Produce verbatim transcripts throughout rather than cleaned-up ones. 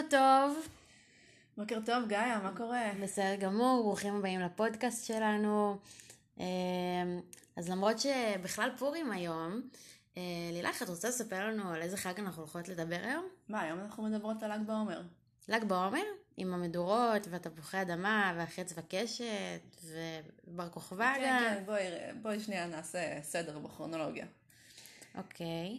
טוב. בוקר טוב, גאיה, מה קורה? בסדר גמור, ברוכים הבאים לפודקאסט שלנו. אז למרות שבכלל פורים היום, לילך, את רוצה לספר לנו על איזה חג אנחנו הולכות לדבר היום? מה, היום אנחנו מדברות על ל"ג בעומר. ל"ג בעומר? עם המדורות והתפוחי אדמה והחץ וקשת ובר כוכבא גם. כן, כן, בואי, בואי שנייה נעשה סדר בכרונולוגיה. אוקיי.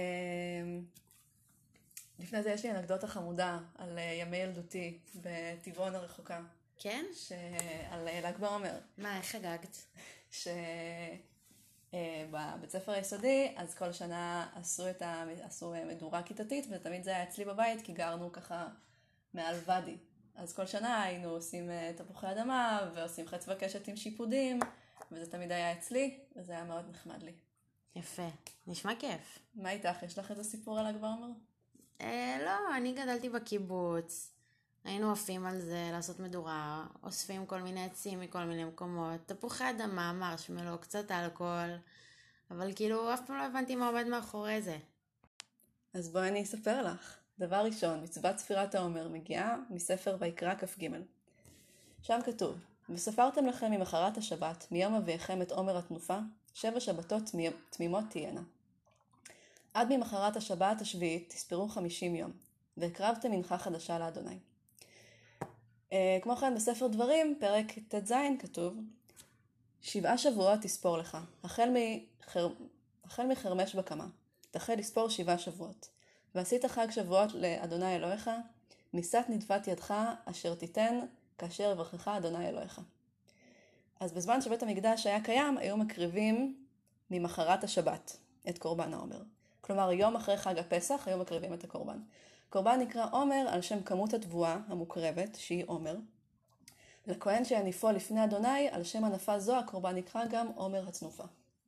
לפני זה יש לי אנקדוטה חמודה על ימי ילדותי בטבעון הרחוקה. כן? על ל"ג בעומר. מה, איך חגגת? שבבית ספר היסודי, אז כל שנה עשו, את ה... עשו מדורה כיתתית, ותמיד זה היה אצלי בבית, כי גרנו ככה מעל ודי. אז כל שנה היינו עושים תפוחי אדמה, ועושים חץ וקשת עם שיפודים, וזה תמיד היה אצלי, וזה היה מאוד נחמד לי. יפה, נשמע כיף. מה איתך? יש לך איזה סיפור על ל"ג בעומר? אה, לא, אני גדלתי בקיבוץ, היינו עפים על זה, לעשות מדורה, אוספים כל מיני עצים מכל מיני מקומות, תפוחי אדמה, מרשמלו, קצת אלכוהול, אבל כאילו אף פעם לא הבנתי מה עומד מאחורי זה. אז בואי אני אספר לך. דבר ראשון, מצוות ספירת העומר מגיעה מספר ויקרא כ"ג. שם כתוב, וספרתם לכם ממחרת השבת, מיום אביכם את עומר התנופה, שבע שבתות תמימות תהיינה. עד ממחרת השבת השביעית תספרו חמישים יום, והקרבתם מנחה חדשה לאדוני. אה, כמו כן בספר דברים, פרק ט"ז כתוב, שבעה שבועות תספור לך, החל, מחר... החל מחרמש בקמה, תחל לספור שבעה שבועות. ועשית חג שבועות לאדוני אלוהיך, נישאת נדפת ידך אשר תיתן כאשר יברכך אדוני אלוהיך. אז בזמן שבית המקדש היה קיים, היו מקריבים ממחרת השבת את קורבן העומר. כלומר, יום אחרי חג הפסח היו מקריבים את הקורבן. קורבן נקרא עומר על שם כמות התבואה המוקרבת, שהיא עומר. לכהן שיניפו לפני אדוני, על שם הנפה זו, הקורבן נקרא גם עומר הצנופה.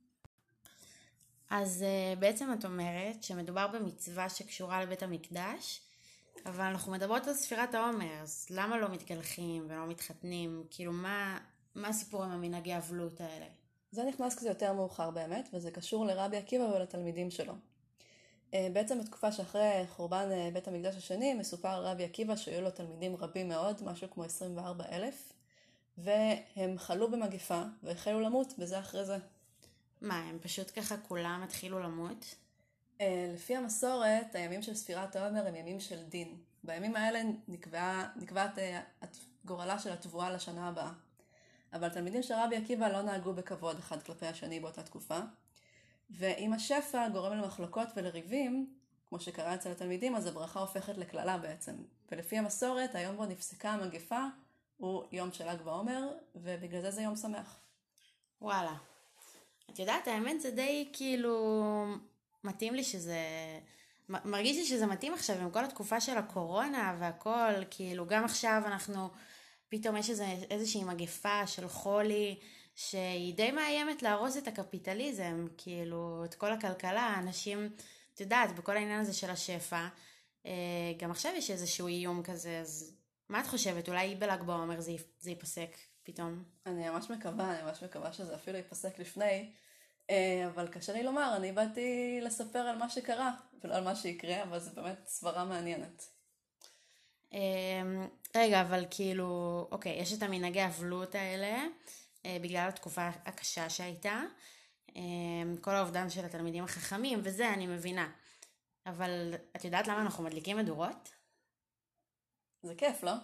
אז uh, בעצם את אומרת שמדובר במצווה שקשורה לבית המקדש, אבל אנחנו מדברות על ספירת העומר, אז למה לא מתגלחים ולא מתחתנים? כאילו מה, מה הסיפור עם המנהגי אבלות האלה? זה נכנס כזה יותר מאוחר באמת, וזה קשור לרבי עקיבא ולתלמידים שלו. בעצם בתקופה שאחרי חורבן בית המקדש השני, מסופר על רבי עקיבא שהיו לו תלמידים רבים מאוד, משהו כמו עשרים וארבעה אלף, והם חלו במגפה והחלו למות בזה אחרי זה. מה, הם פשוט ככה כולם התחילו למות? לפי המסורת, הימים של ספירת העומר הם ימים של דין. בימים האלה נקבעה, נקבעת גורלה של התבואה לשנה הבאה. אבל תלמידים של רבי עקיבא לא נהגו בכבוד אחד כלפי השני באותה תקופה, ואם השפע גורם למחלוקות ולריבים, כמו שקרה אצל התלמידים, אז הברכה הופכת לכללה בעצם. ולפי המסורת, היום בו נפסקה המגפה הוא יום של ל"ג בעומר, ובגלל זה זה יום שמח. וואלה. את יודעת, האמת זה די כאילו מתאים לי שזה, מרגיש לי שזה מתאים עכשיו עם כל התקופה של הקורונה והכל, כאילו גם עכשיו אנחנו, פתאום יש איזה, איזושהי מגפה של חולי, שהיא די מאיימת להרוס את הקפיטליזם, כאילו את כל הכלכלה, אנשים, את יודעת, בכל העניין הזה של השפע, גם עכשיו יש איזשהו איום כזה, אז מה את חושבת? אולי בל"ג בעומר זה, זה ייפסק פתאום? אני ממש מקווה, אני ממש מקווה שזה אפילו ייפסק לפני, אבל קשה לי לומר, אני באתי לספר על מה שקרה, ולא על מה שיקרה, אבל זה באמת סברה מעניינת. רגע, אבל כאילו, אוקיי, יש את המנהגי אבלות האלה, בגלל התקופה הקשה שהייתה, כל האובדן של התלמידים החכמים, וזה אני מבינה. אבל את יודעת למה אנחנו מדליקים מדורות? זה כיף, לא?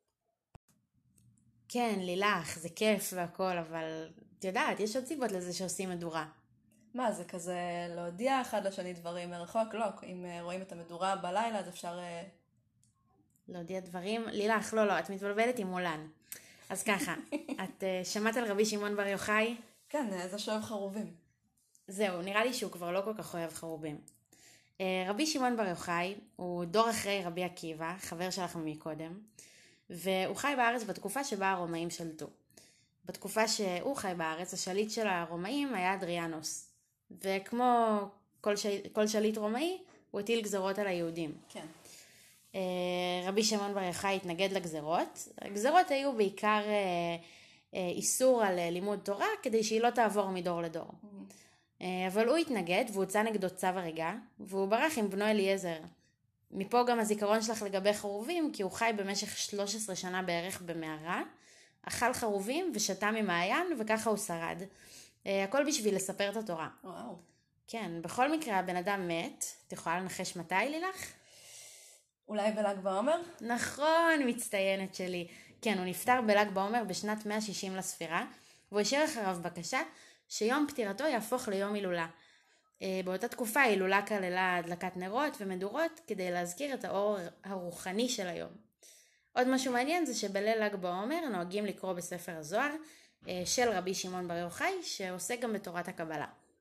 כן, לילך, זה כיף והכל, אבל את יודעת, יש עוד סיבות לזה שעושים מדורה. מה, זה כזה להודיע אחד לשני דברים מרחוק? לא, אם רואים את המדורה בלילה, אז אפשר להודיע דברים? לילך, לא, לא, את מתבלבלת עם מולן. אז ככה, את שמעת על רבי שמעון בר יוחאי? כן, זה שאוהב חרובים. זהו, נראה לי שהוא כבר לא כל כך אוהב חרובים. רבי שמעון בר יוחאי הוא דור אחרי רבי עקיבא, חבר שלכם מקודם, והוא חי בארץ בתקופה שבה הרומאים שלטו. בתקופה שהוא חי בארץ, השליט של הרומאים היה אדריאנוס, וכמו כל, של... כל שליט רומאי, הוא הטיל גזרות על היהודים. כן. רבי שמעון בר יוחאי התנגד לגזרות. הגזרות היו בעיקר איסור על לימוד תורה, כדי שהיא לא תעבור מדור לדור. אבל הוא התנגד והוצא נגדו צו הריגה, והוא ברח עם בנו אליעזר. מפה גם הזיכרון שלך לגבי חרובים, כי הוא חי במשך שלוש עשרה שנה בערך במערה, אכל חרובים ושתה ממעיין, וככה הוא שרד. הכל בשביל לספר את התורה. וואו. כן, בכל מקרה הבן אדם מת. את יכולה לנחש מתי, לילך? אולי בל"ג בעומר? נכון, מצטיינת שלי. כן, הוא נפטר בל"ג בעומר בשנת מאה שישים לספירה, והוא השאיר אחריו בקשה שיום פטירתו יהפוך ליום הילולה. באותה תקופה ההילולה כללה הדלקת נרות ומדורות כדי להזכיר את האור הרוחני של היום. עוד משהו מעניין זה שבליל ל"ג בעומר נוהגים לקרוא בספר הזוהר של רבי שמעון בר יוחאי, שעוסק גם בתורת הקבלה.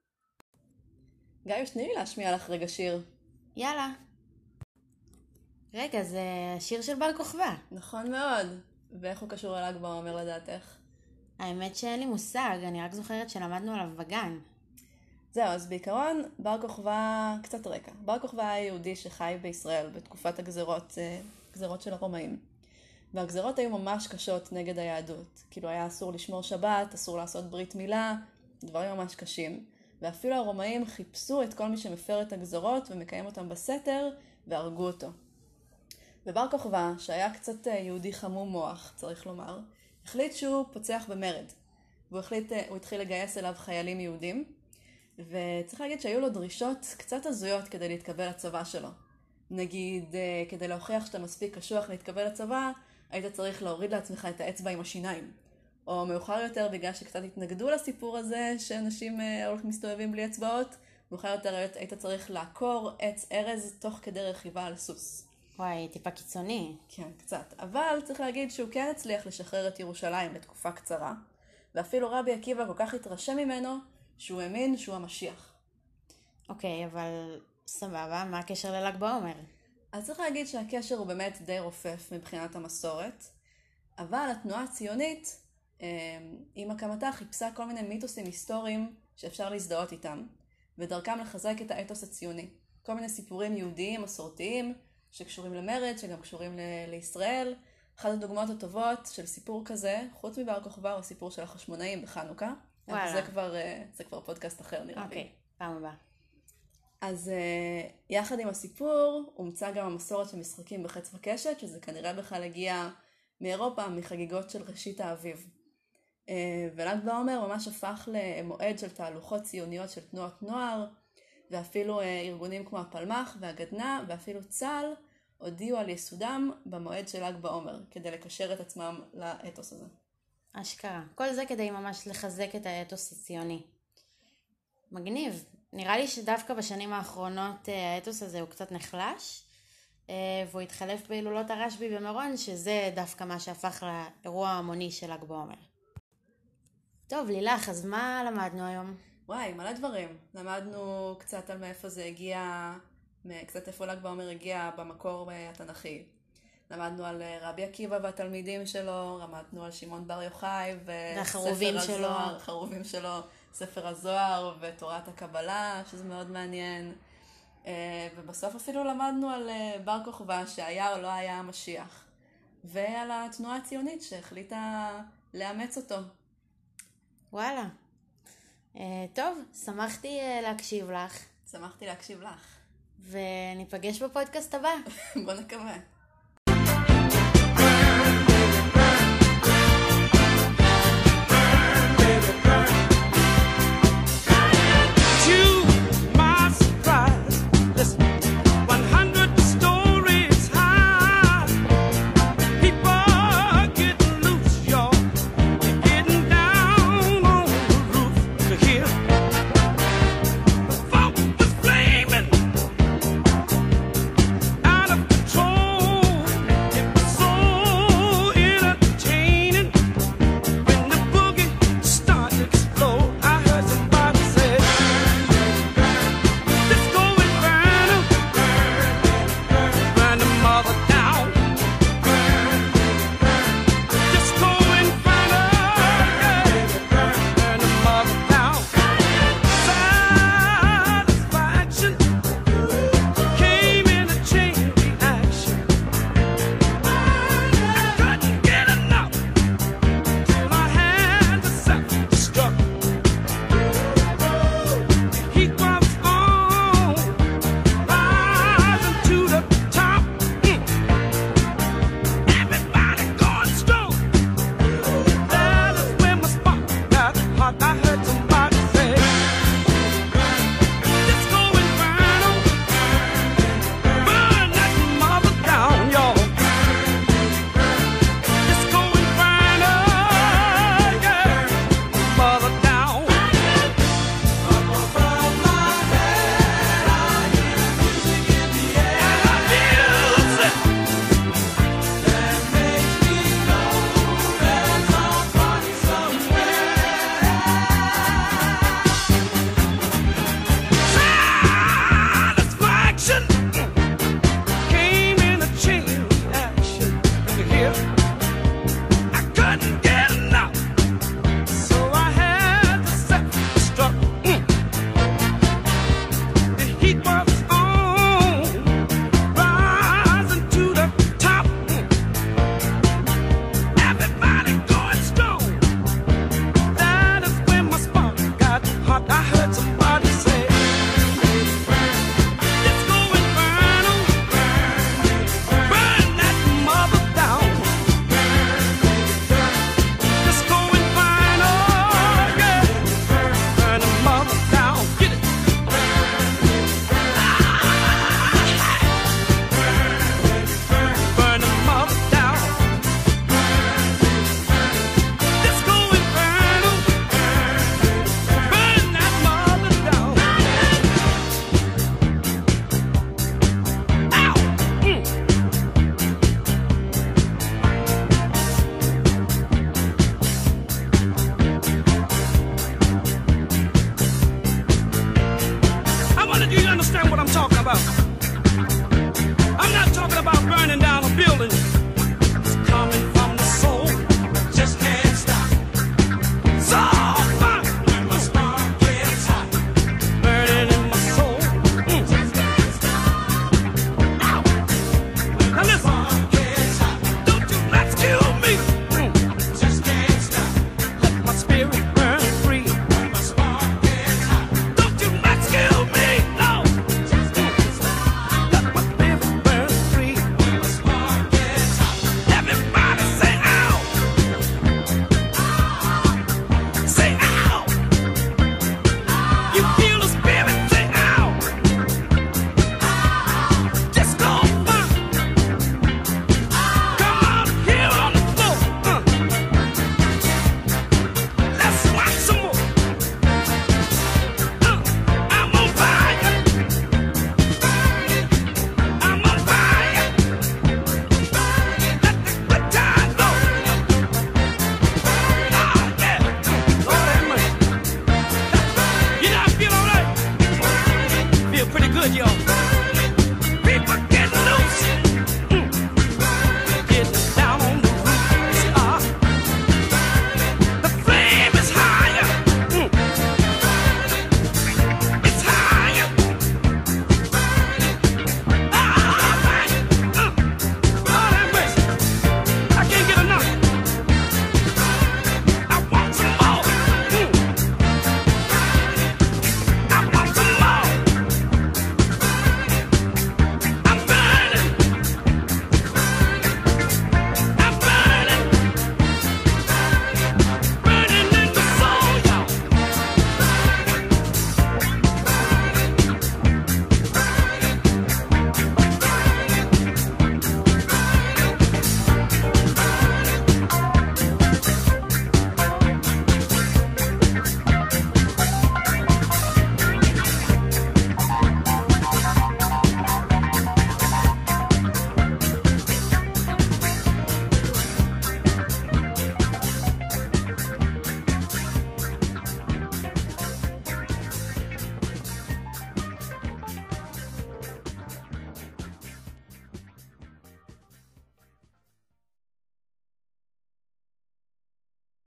גיא, תני לי להשמיע לך רגע שיר. יאללה. רגע, זה שיר של בר כוכבא. נכון מאוד. ואיך הוא קשור לל"ג בעומר לדעתך? האמת שאין לי מושג, אני רק זוכרת שלמדנו עליו בגן. זהו, אז בעיקרון בר כוכבא, קצת רקע. בר כוכבא היה יהודי שחי בישראל בתקופת הגזרות, גזרות של הרומאים. והגזרות היו ממש קשות נגד היהדות. כאילו היה אסור לשמור שבת, אסור לעשות ברית מילה, דברים ממש קשים. ואפילו הרומאים חיפשו את כל מי שמפר את הגזרות ומקיים אותם בסתר והרגו אותו. ובר כוכבא, שהיה קצת יהודי חמום מוח, צריך לומר, החליט שהוא פוצח במרד. והוא החליט, הוא התחיל לגייס אליו חיילים יהודים, וצריך להגיד שהיו לו דרישות קצת הזויות כדי להתקבל לצבא שלו. נגיד, כדי להוכיח שאתה מספיק קשוח להתקבל לצבא, היית צריך להוריד לעצמך את האצבע עם השיניים. או מאוחר יותר, בגלל שקצת התנגדו לסיפור הזה, שאנשים הולכים מסתובבים בלי אצבעות, מאוחר יותר היית צריך לעקור עץ ארז תוך כדי רכיבה על סוס. וואי, טיפה קיצוני. כן, קצת. אבל צריך להגיד שהוא כן הצליח לשחרר את ירושלים לתקופה קצרה, ואפילו רבי עקיבא כל כך התרשם ממנו, שהוא האמין שהוא המשיח. אוקיי, אבל סבבה, מה הקשר לל"ג בעומר? אז צריך להגיד שהקשר הוא באמת די רופף מבחינת המסורת, אבל התנועה הציונית, עם הקמתה, חיפשה כל מיני מיתוסים היסטוריים שאפשר להזדהות איתם, ודרכם לחזק את האתוס הציוני. כל מיני סיפורים יהודיים, מסורתיים, שקשורים למרד, שגם קשורים ל- לישראל. אחת הדוגמאות הטובות של סיפור כזה, חוץ מבר כוכבא, הוא הסיפור של החשמונאים בחנוכה. וואלה. זה כבר, זה כבר פודקאסט אחר נראה לי. אוקיי, פעם הבאה. אז יחד עם הסיפור, הומצא גם המסורת של משחקים בחץ וקשת, שזה כנראה בכלל הגיע מאירופה, מחגיגות של ראשית האביב. ול"ג בעומר ממש הפך למועד של תהלוכות ציוניות של תנועות נוער, ואפילו ארגונים כמו הפלמ"ח והגדנ"ע, ואפילו צה"ל, הודיעו על יסודם במועד של ל"ג בעומר, כדי לקשר את עצמם לאתוס הזה. אשכרה. כל זה כדי ממש לחזק את האתוס הציוני. מגניב. נראה לי שדווקא בשנים האחרונות האתוס הזה הוא קצת נחלש, והוא התחלף בהילולות הרשב"י במירון, שזה דווקא מה שהפך לאירוע המוני של ל"ג בעומר. טוב, לילך, אז מה למדנו היום? וואי, מלא דברים. למדנו קצת על מאיפה זה הגיע, קצת איפה ל"ג בעומר הגיע במקור התנ"כי. למדנו על רבי עקיבא והתלמידים שלו, למדנו על שמעון בר יוחאי והחרובים שלו. החרובים שלו, ספר הזוהר ותורת הקבלה, שזה מאוד מעניין. ובסוף אפילו למדנו על בר כוכבא שהיה או לא היה המשיח. ועל התנועה הציונית שהחליטה לאמץ אותו. וואלה. טוב, שמחתי להקשיב לך. שמחתי להקשיב לך. וניפגש בפודקאסט הבא. בוא נקווה.